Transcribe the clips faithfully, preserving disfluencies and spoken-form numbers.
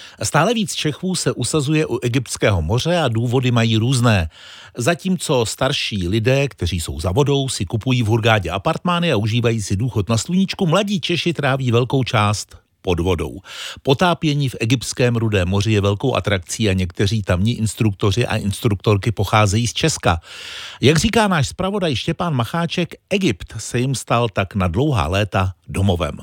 Stále víc Čechů se usazuje u Egyptského moře a důvody mají různé. Zatímco starší lidé, kteří jsou za vodou, si kupují v Hurghadě apartmány a užívají si důchod na sluníčku, mladí Češi tráví velkou část pod vodou. Potápění v egyptském Rudém moři je velkou atrakcí a někteří tamní instruktoři a instruktorky pocházejí z Česka. Jak říká náš zpravodaj Štěpán Macháček, Egypt se jim stal tak na dlouhá léta domovem.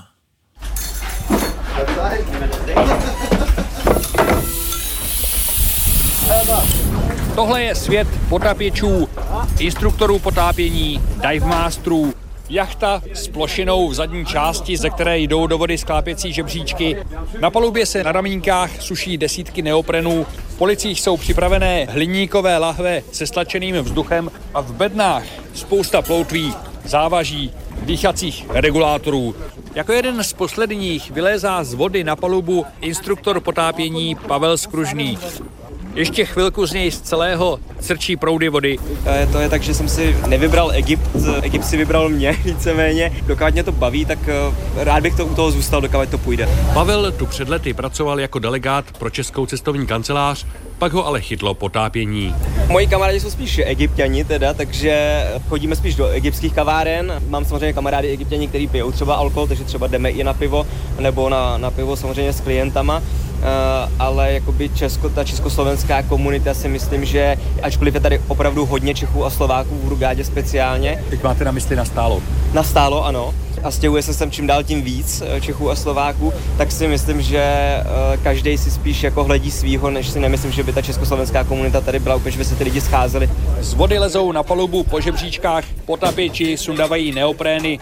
Tohle je svět potápěčů, instruktorů potápění, dive masterů, jachta s plošinou v zadní části, ze které jdou do vody sklápěcí žebříčky. Na palubě se na ramínkách suší desítky neoprenů, v policích jsou připravené hliníkové lahve se stlačeným vzduchem a v bednách spousta ploutví, závaží, dýchacích regulátorů. Jako jeden z posledních vylézá z vody na palubu instruktor potápění Pavel Skružný. Ještě chvilku z něj z celého crčí proudy vody. To je tak, že jsem si nevybral Egypt, Egypt si vybral mě víceméně. Dokud mě to baví, tak rád bych to u toho zůstal, dokud to půjde. Pavel tu před lety pracoval jako delegát pro Českou cestovní kancelář, pak ho ale chytlo potápění. Moji kamarádi jsou spíš Egypťani teda, takže chodíme spíš do egyptských kaváren. Mám samozřejmě kamarády Egypťani, kteří pijou třeba alkohol, takže třeba jdeme i na pivo, nebo na, na pivo samozřejmě s klientama. Uh, ale jakoby Česko, ta československá komunita si myslím, že ačkoliv je tady opravdu hodně Čechů a Slováků v Hurghadě speciálně. Teď máte na mysli nastálo? Nastálo, ano. A stěhuje se sem čím dál tím víc Čechů a Slováků, tak si myslím, že uh, každý si spíš jako hledí svýho, než si nemyslím, že by ta československá komunita tady byla úplně, že by se ty lidi scházeli. Z vody lezou na palubu po žebříčkách, potápěči sundávají neoprény.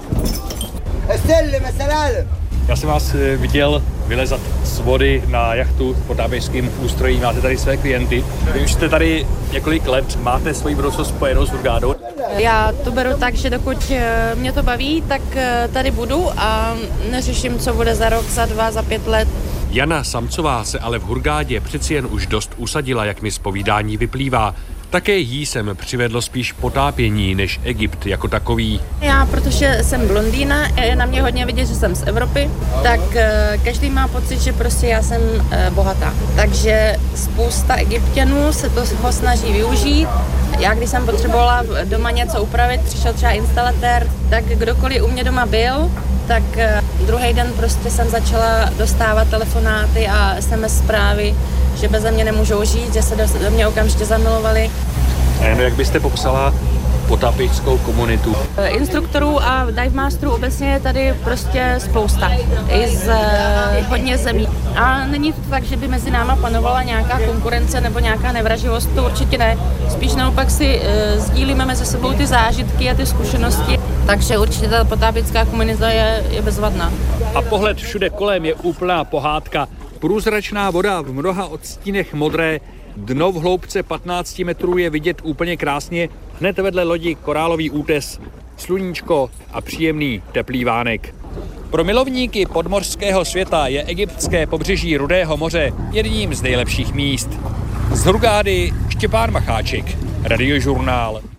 Já jsem vás viděl vylezat z vody na jachtu s potápěčským ústrojím, máte tady své klienty. Vy už jste tady několik let, máte svoji budoucnost spojenou s Hurghadou? Já to beru tak, že dokud mě to baví, tak tady budu a neřeším, co bude za rok, za dva, za pět let. Jana Samcová se ale v Hurghadě přeci jen už dost usadila, jak mi z povídání vyplývá. Také jí sem přivedlo spíš potápění než Egypt jako takový. Já, protože jsem blondýna, je na mě hodně vidět, že jsem z Evropy, tak každý má pocit, že prostě já jsem bohatá. Takže spousta Egypťanů se toho snaží využít. Já, když jsem potřebovala doma něco upravit, přišel třeba instalatér, tak kdokoliv u mě doma byl, tak druhý den prostě jsem začala dostávat telefonáty a es em es zprávy, že beze mě nemůžou žít, že se do mě okamžitě zamilovali. A jen jak byste popsala potápěčskou komunitu? Instruktorů a dive masterů obecně je tady prostě spousta. I z hodně zemí. A není to tak, že by mezi náma panovala nějaká konkurence nebo nějaká nevraživost, to určitě ne. Spíš naopak si e, sdílíme mezi sebou ty zážitky a ty zkušenosti. Takže určitě ta potápěčská komunita je, je bezvadná. A pohled všude kolem je úplná pohádka. Průzračná voda v mnoha odstínech modré, dno v hloubce patnáct metrů je vidět úplně krásně, hned vedle lodi korálový útes, sluníčko a příjemný teplý vánek. Pro milovníky podmořského světa je egyptské pobřeží Rudého moře jedním z nejlepších míst. Z Hurghady Štěpán Macháček, Radiožurnál.